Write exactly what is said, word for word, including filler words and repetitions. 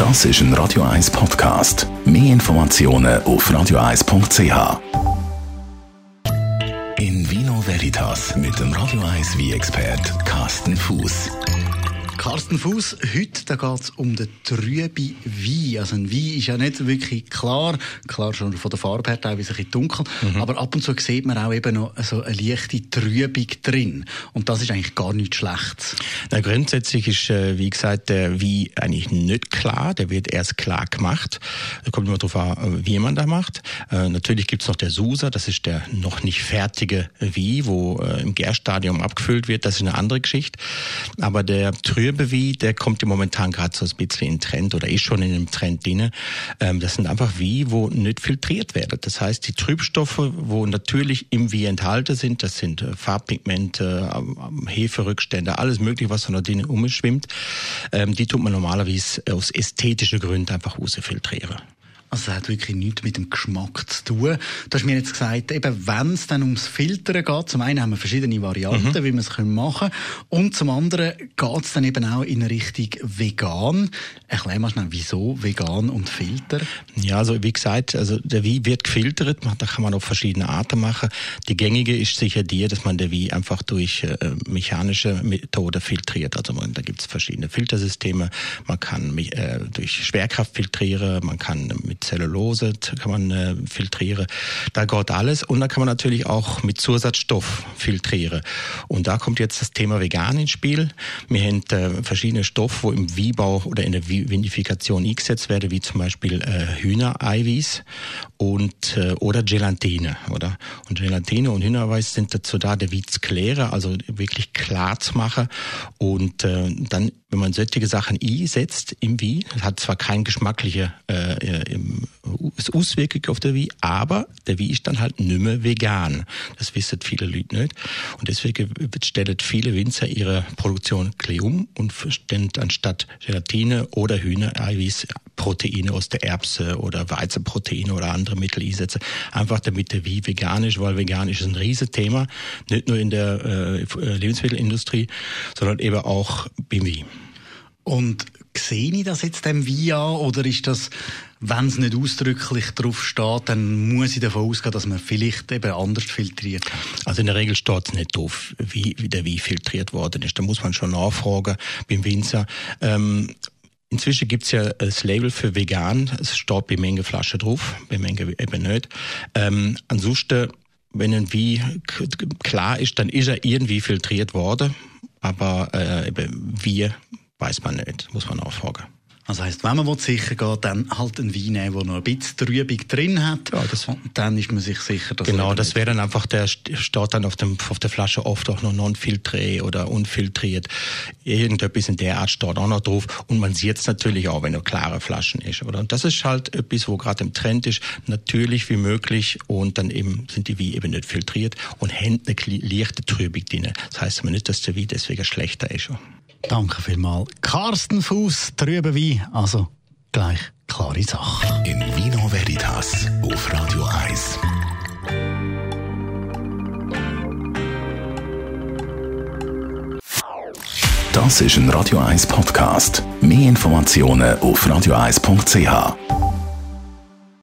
Das ist ein Radio eins Podcast. Mehr Informationen auf radio eins punkt c h. In Vino Veritas mit dem Radio eins Wein-Expert Carsten Fuß. Carsten Fuß, heute da geht es um den trüben Wein. Also ein Wein ist ja nicht wirklich klar, klar schon von der Farbe her teilweise ein bisschen dunkel, mhm. aber ab und zu sieht man auch eben noch so eine leichte Trübung drin. Und das ist eigentlich gar nichts Schlechtes. Na, grundsätzlich ist, wie gesagt, der Wein eigentlich nicht klar. Der wird erst klar gemacht. Da kommt immer darauf an, wie man da macht. Äh, natürlich gibt es noch der Susa, das ist der noch nicht fertige Wein, wo äh, im Gärstadium abgefüllt wird. Das ist eine andere Geschichte. Aber der trübe Wein, der kommt im momentan gerade so ein bisschen in den Trend oder ist schon in dem Trend drin. Ähm, das sind einfach Weine, wo nicht filtriert werden. Das heißt, die Trübstoffe, wo natürlich im Wein enthalten sind, das sind äh, Farbpigmente, äh, Heferrückstände, alles mögliche, was da noch drin umschwimmt, ähm, die tut man normalerweise aus ästhetischen Gründen einfach rausfiltrieren. Also das hat wirklich nichts mit dem Geschmack zu tun. Du hast mir jetzt gesagt, eben wenn es dann ums Filtern geht, zum einen haben wir verschiedene Varianten, mhm. wie wir es machen können, und zum anderen geht es dann eben auch in Richtung vegan. Erklär mal schnell, wieso vegan und Filter? Ja, also wie gesagt, also der Wein wird gefiltert, da kann man auf verschiedene Arten machen. Die gängige ist sicher die, dass man der Wein einfach durch äh, mechanische Methode filtriert. Also man, da gibt es verschiedene Filtersysteme. Man kann äh, durch Schwerkraft filtrieren, man kann mit Zellulose kann man äh, filtrieren. Da geht alles. Und da kann man natürlich auch mit Zusatzstoff filtrieren. Und da kommt jetzt das Thema vegan ins Spiel. Wir haben äh, verschiedene Stoffe, wo im Weinbau oder in der Vinifikation eingesetzt werden, wie zum Beispiel äh, Hühnereiweiß und äh, oder Gelatine, oder? Und Gelatine und Hühnereiweiß sind dazu da, der Wein zu klären, also wirklich klar zu machen. Und äh, dann, wenn man solche Sachen einsetzt im Wein, das hat zwar kein geschmackliche äh, im Auswirkung auf den Wein, aber der Wein ist dann halt nicht mehr vegan. Das wissen viele Leute nicht. Und deswegen stellen viele Winzer ihre Produktion gleich um und stellen anstatt Gelatine oder Hühnereiweiß Proteine aus der Erbse oder Weizenproteine oder andere Mittel einsetzen. Einfach damit der Wein vegan ist, weil vegan ist ein Riesenthema. Nicht nur in der äh, Lebensmittelindustrie, sondern eben auch beim Wein. Und sehe ich das jetzt dem Wein an, oder ist das, wenn es nicht ausdrücklich drauf steht, dann muss ich davon ausgehen, dass man vielleicht eben anders filtriert hat? Also in der Regel steht es nicht drauf, wie, wie der Wein filtriert worden ist. Da muss man schon nachfragen beim Winzer. Ähm, Inzwischen gibt es ja das Label für vegan. Es steht bei Menge Flasche drauf, bei Menge eben nicht. Ähm, ansonsten, wenn ein Wein klar ist, dann ist er irgendwie filtriert worden. Aber äh, eben wie, weiß man nicht, muss man nachfragen. Also heisst, wenn man sicher geht, dann halt einen Wein nehmen, der noch ein bisschen Trübung drin hat. Ja, das, und dann ist man sich sicher, dass genau, das wäre dann einfach, der steht dann auf, dem, auf der Flasche oft auch noch non-filtré oder unfiltriert. Irgendetwas in der Art steht auch noch drauf. Und man sieht es natürlich auch, wenn er klare Flaschen ist. Oder? Und das ist halt etwas, wo gerade im Trend ist, natürlich wie möglich. Und dann eben sind die Weine eben nicht filtriert und haben eine leichte Trübung drin. Das heisst aber nicht, dass der Wein deswegen schlechter ist. Danke vielmals. Carsten Fuß, trüber Wein, also gleich klare Sache. In Vino Veritas auf Radio eins. Das ist ein Radio eins Podcast. Mehr Informationen auf radio eins punkt c h.